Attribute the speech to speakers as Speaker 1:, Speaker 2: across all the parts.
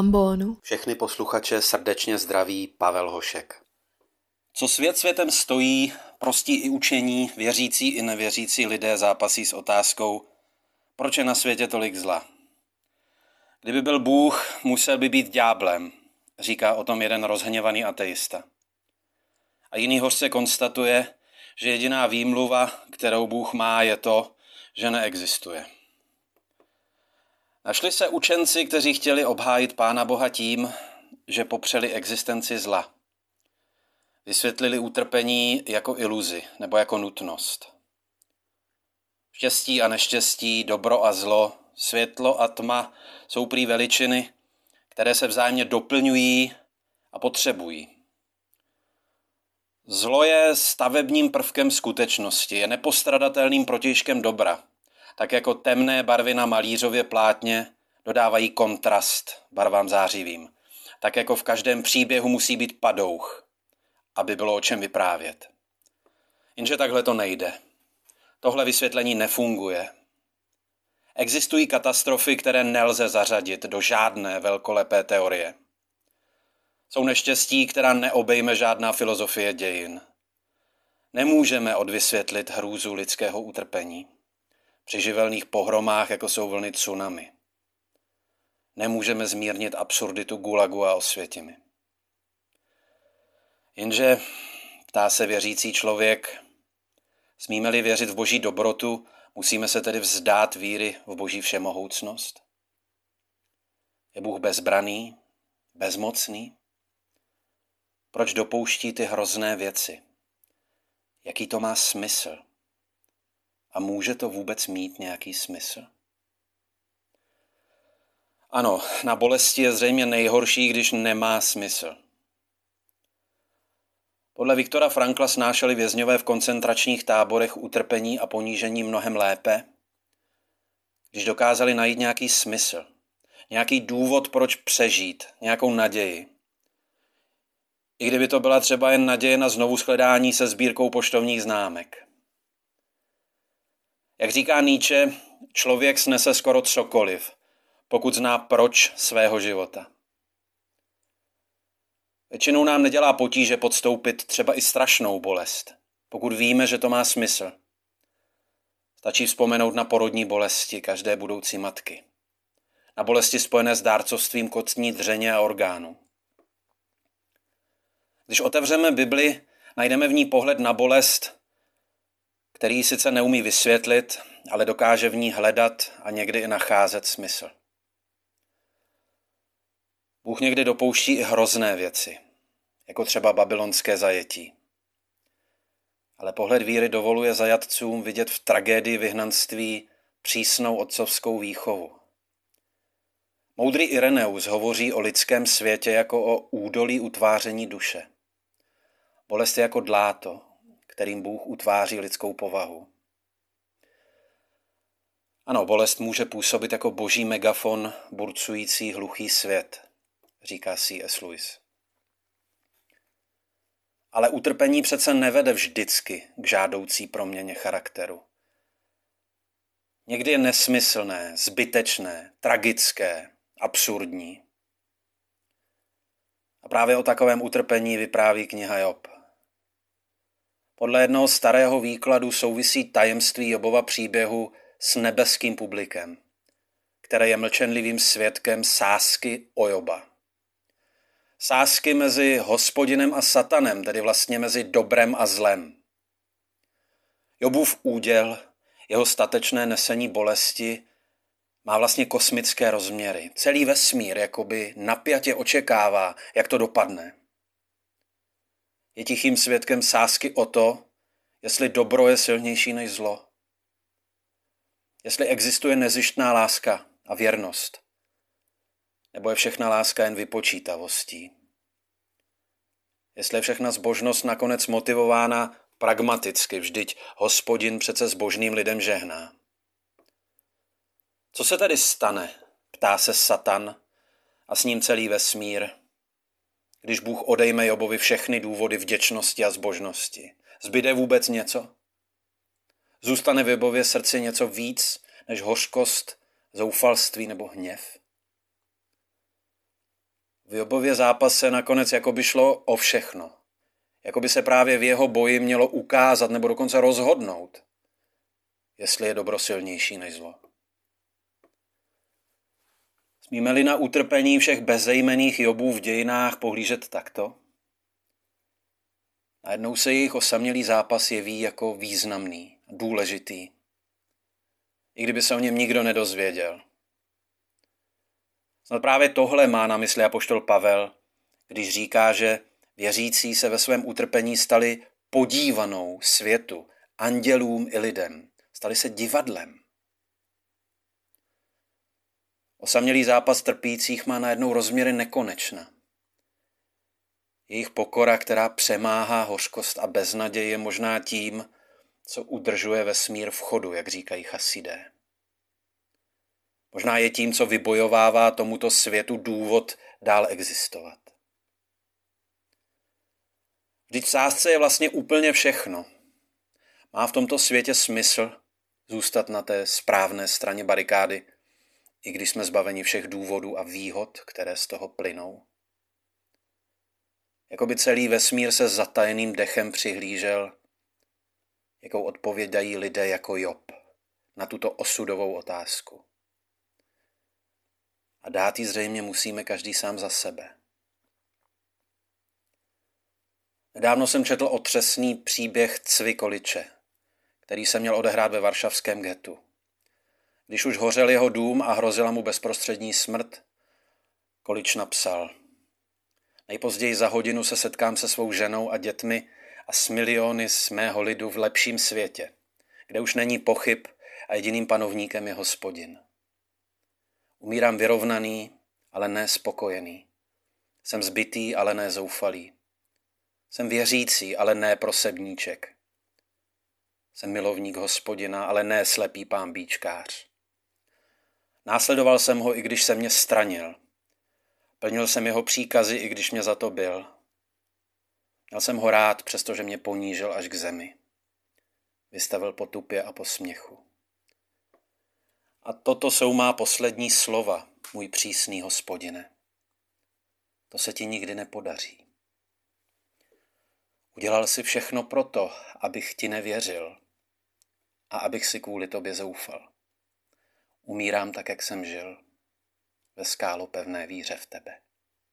Speaker 1: ambonu.
Speaker 2: Všechny posluchače srdečně zdraví Pavel Hošek.
Speaker 3: Co svět světem stojí, prostí i učení, věřící i nevěřící lidé zápasí s otázkou, proč je na světě tolik zla. Kdyby byl Bůh, musel by být ďáblem, říká o tom jeden rozhněvaný ateista. A jiný hořce konstatuje, že jediná výmluva, kterou Bůh má, je to, že neexistuje. Našli se učenci, kteří chtěli obhájit Pána Boha tím, že popřeli existenci zla. Vysvětlili utrpení jako iluzi nebo jako nutnost. Štěstí a neštěstí, dobro a zlo, světlo a tma jsou prý veličiny, které se vzájemně doplňují a potřebují. Zlo je stavebním prvkem skutečnosti, je nepostradatelným protějškem dobra, tak jako temné barvy na malířově plátně dodávají kontrast barvám zářivým, tak jako v každém příběhu musí být padouch, aby bylo o čem vyprávět. Jenže takhle to nejde. Tohle vysvětlení nefunguje. Existují katastrofy, které nelze zařadit do žádné velkolepé teorie. Jsou neštěstí, která neobejme žádná filozofie dějin. Nemůžeme odvysvětlit hrůzu lidského utrpení při živelných pohromách, jako jsou vlny tsunami. Nemůžeme zmírnit absurditu gulagu a Osvětimi. Jenže, ptá se věřící člověk, smíme-li věřit v boží dobrotu, musíme se tedy vzdát víry v boží všemohoucnost? Je Bůh bezbraný, bezmocný? Proč dopouští ty hrozné věci? Jaký to má smysl? A může to vůbec mít nějaký smysl? Ano, na bolesti je zřejmě nejhorší, když nemá smysl. Podle Viktora Frankla snášeli vězňové v koncentračních táborech utrpení a ponížení mnohem lépe, když dokázali najít nějaký smysl, nějaký důvod, proč přežít, nějakou naději. I kdyby to byla třeba jen naděje na znovushledání se sbírkou poštovních známek. Jak říká Nietzsche, člověk snese skoro cokoliv, pokud zná proč svého života. Většinou nám nedělá potíže podstoupit třeba i strašnou bolest, pokud víme, že to má smysl. Stačí vzpomenout na porodní bolesti každé budoucí matky. Na bolesti spojené s dárcovstvím kostní dřeně a orgánů. Když otevřeme Bibli, najdeme v ní pohled na bolest, který sice neumí vysvětlit, ale dokáže v ní hledat a někdy i nacházet smysl. Bůh někdy dopouští i hrozné věci, jako třeba babylonské zajetí. Ale pohled víry dovoluje zajatcům vidět v tragédii vyhnanství přísnou otcovskou výchovu. Moudrý Ireneus hovoří o lidském světě jako o údolí utváření duše. Bolest je jako dláto, kterým Bůh utváří lidskou povahu. Ano, bolest může působit jako boží megafon burcující hluchý svět, říká C.S. Lewis. Ale utrpení přece nevede vždycky k žádoucí proměně charakteru. Někdy je nesmyslné, zbytečné, tragické, absurdní. A právě o takovém utrpení vypráví kniha Job. Podle jednoho starého výkladu souvisí tajemství Jobova příběhu s nebeským publikem, které je mlčenlivým svědkem sázky o Joba. Sázky mezi Hospodinem a Satanem, tedy vlastně mezi dobrem a zlem. Jobův úděl, jeho statečné nesení bolesti, má vlastně kosmické rozměry. Celý vesmír jakoby napjatě očekává, jak to dopadne. Je tichým svědkem sázky o to, jestli dobro je silnější než zlo. Jestli existuje nezištná láska a věrnost. Nebo je všechna láska jen vypočítavostí? Jestli je všechna zbožnost nakonec motivována pragmaticky, vždyť Hospodin přece zbožným lidem žehná. Co se tedy stane, ptá se Satan a s ním celý vesmír, když Bůh odejme Jobovi všechny důvody vděčnosti a zbožnosti? Zbyde vůbec něco? Zůstane v Jobově srdci něco víc než hořkost, zoufalství nebo hněv? V Jobově zápase nakonec jako by šlo o všechno. Jako by se právě v jeho boji mělo ukázat nebo dokonce rozhodnout, jestli je dobro silnější než zlo. Smíme-li na utrpení všech bezejmenných Jobů v dějinách pohlížet takto? Najednou se jejich osamělý zápas jeví jako významný, důležitý. I kdyby se o něm nikdo nedozvěděl. Snad právě tohle má na mysli apoštol Pavel, když říká, že věřící se ve svém utrpení stali podívanou světu, andělům i lidem. Stali se divadlem. Osamělý zápas trpících má najednou rozměry nekonečna. Jejich pokora, která přemáhá hořkost a beznaděj, je možná tím, co udržuje vesmír v chodu, jak říkají chasidé. Možná je tím, co vybojovává tomuto světu důvod dál existovat. Vždyť v sázce je vlastně úplně všechno. Má v tomto světě smysl zůstat na té správné straně barikády, i když jsme zbaveni všech důvodů a výhod, které z toho plynou. Jakoby celý vesmír se zatajeným dechem přihlížel, jakou odpověď dají lidé jako Job na tuto osudovou otázku. A dát ji zřejmě musíme každý sám za sebe. Nedávno jsem četl otřesný příběh Cvi Količe, který se měl odehrát ve varšavském ghettu. Když už hořel jeho dům a hrozila mu bezprostřední smrt, Količ napsal: Nejpozději za hodinu se setkám se svou ženou a dětmi a s miliony z mého lidu v lepším světě, kde už není pochyb a jediným panovníkem je Hospodin. Umírám vyrovnaný, ale ne spokojený. Jsem zbitý, ale ne zoufalý. Jsem věřící, ale ne prosebníček. Jsem milovník Hospodina, ale ne slepý pánbíčkář. Následoval jsem ho, i když se mě stranil. Plnil jsem jeho příkazy, i když mě za to byl. Měl jsem ho rád, přestože mě ponížil až k zemi. Vystavil potupě a posměchu. A toto jsou má poslední slova, můj přísný Hospodine. To se ti nikdy nepodaří. Udělal si všechno proto, abych ti nevěřil a abych si kvůli tobě zoufal. Umírám tak, jak jsem žil, ve skálopevné víře v tebe.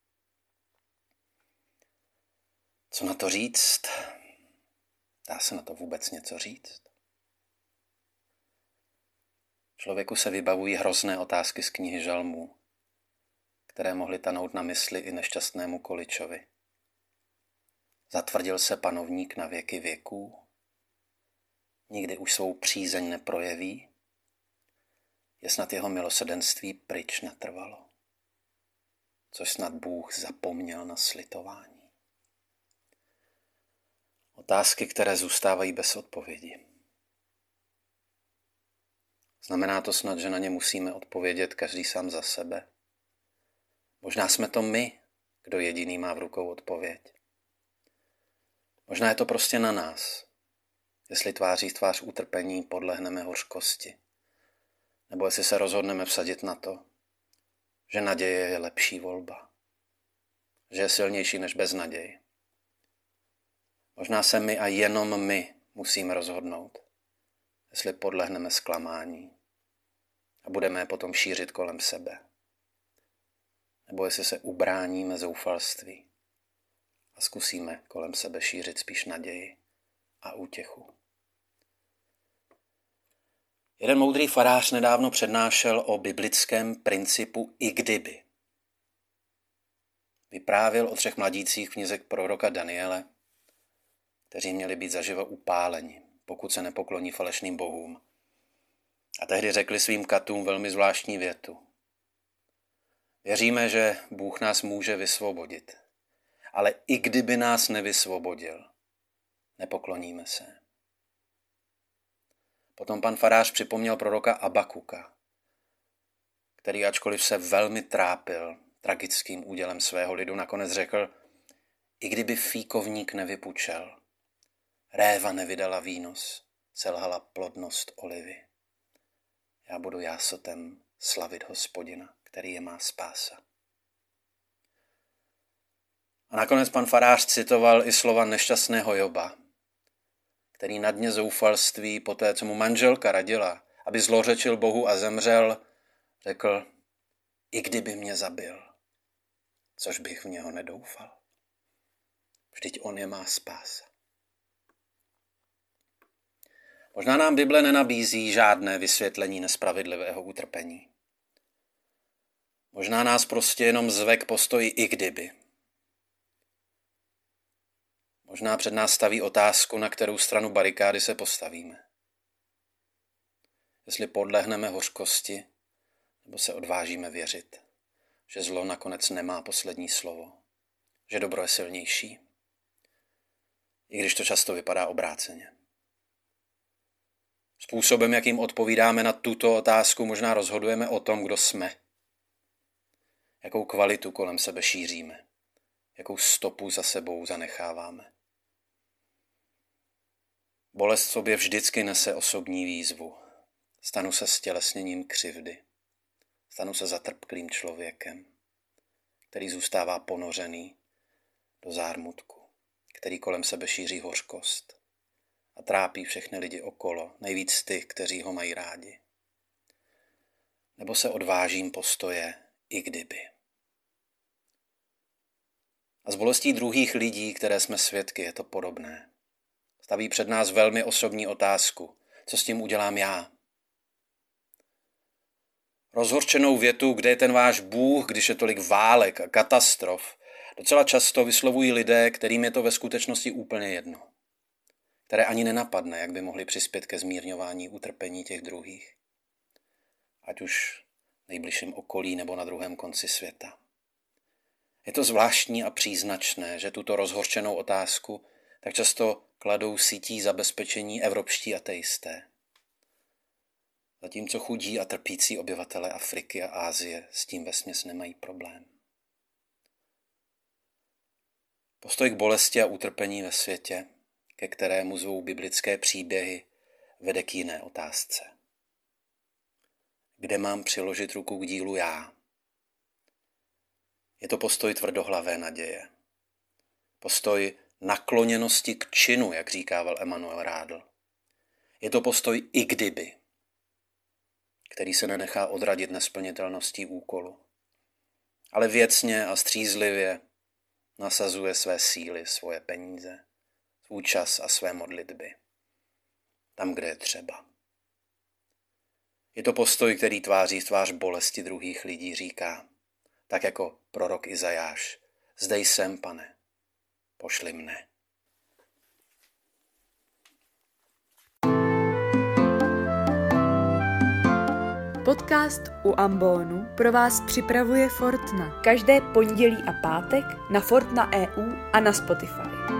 Speaker 3: Co na to říct? Dá se na to vůbec něco říct? Člověku se vybavují hrozné otázky z knihy Žalmů, které mohly tanout na mysli i nešťastnému Količovi. Zatvrdil se panovník na věky věků? Nikdy už svou přízeň neprojeví? Je snad jeho milosrdenství pryč natrvalo? Což snad Bůh zapomněl na slitování? Otázky, které zůstávají bez odpovědi. Znamená to snad, že na ně musíme odpovědět každý sám za sebe? Možná jsme to my, kdo jediný má v rukou odpověď. Možná je to prostě na nás, jestli tváří v tvář utrpení podlehneme hořkosti, nebo jestli se rozhodneme vsadit na to, že naděje je lepší volba, že je silnější než beznaděj. Možná se my a jenom my musíme rozhodnout, jestli podlehneme zklamání a budeme je potom šířit kolem sebe, nebo jestli se ubráníme zoufalství a zkusíme kolem sebe šířit spíš naději a útěchu. Jeden moudrý farář nedávno přednášel o biblickém principu i kdyby. Vyprávěl o 3 mladících v knize proroka Daniele, kteří měli být zaživa upáleni, pokud se nepokloní falešným bohům. A tehdy řekli svým katům velmi zvláštní větu. Věříme, že Bůh nás může vysvobodit, ale i kdyby nás nevysvobodil, nepokloníme se. Potom pan farář připomněl proroka Abakuka, který ačkoliv se velmi trápil tragickým údělem svého lidu, nakonec řekl, i kdyby fíkovník nevypučel, réva nevydala výnos, selhala plodnost olivy. Já budu jásotem slavit Hospodina, který je má spása. A nakonec pan farář citoval i slova nešťastného Joba, který na dně zoufalství po té, co mu manželka radila, aby zlořečil Bohu a zemřel, řekl: i kdyby mě zabil, což bych v něho nedoufal. Vždyť on je má spása. Možná nám Bible nenabízí žádné vysvětlení nespravedlivého utrpení. Možná nás prostě jenom zve k postoji i kdyby. Možná před nás staví otázku, na kterou stranu barikády se postavíme. Jestli podlehneme hořkosti, nebo se odvážíme věřit, že zlo nakonec nemá poslední slovo, že dobro je silnější, i když to často vypadá obráceně. Způsobem, jakým odpovídáme na tuto otázku, možná rozhodujeme o tom, kdo jsme, jakou kvalitu kolem sebe šíříme, jakou stopu za sebou zanecháváme. Bolest v sobě vždycky nese osobní výzvu. Stanu se stělesněním křivdy. Stanu se zatrpklým člověkem, který zůstává ponořený do zármutku, který kolem sebe šíří hořkost a trápí všechny lidi okolo, nejvíc ty, kteří ho mají rádi. Nebo se odvážím postoje i kdyby. A s bolestí druhých lidí, které jsme svědky, je to podobné. Staví před nás velmi osobní otázku. Co s tím udělám já? Rozhořčenou větu, kde je ten váš Bůh, když je tolik válek a katastrof, docela často vyslovují lidé, kterým je to ve skutečnosti úplně jedno. Které ani nenapadne, jak by mohli přispět ke zmírňování utrpení těch druhých. Ať už v nejbližším okolí nebo na druhém konci světa. Je to zvláštní a příznačné, že tuto rozhořčenou otázku tak často kladou sítí zabezpečení evropští ateisté. Zatímco chudí a trpící obyvatele Afriky a Asie s tím vesměs nemají problém. Postoj k bolesti a utrpení ve světě, ke kterému zvou biblické příběhy, vede k jiné otázce. Kde mám přiložit ruku k dílu já? Je to postoj tvrdohlavé naděje. Postoj nakloněnosti k činu, jak říkával Emanuel Rádl. Je to postoj i kdyby, který se nenechá odradit nesplnitelností úkolu, ale věcně a střízlivě nasazuje své síly, svoje peníze, svůj čas a své modlitby. Tam, kde je třeba. Je to postoj, který tváří v tvář bolesti druhých lidí říká, tak jako prorok Izajáš: Zde jsem, Pane, pošli mne.
Speaker 1: Podcast u Ambonu pro vás připravuje Fortna. Každé pondělí a pátek na Fortna EU a na Spotify.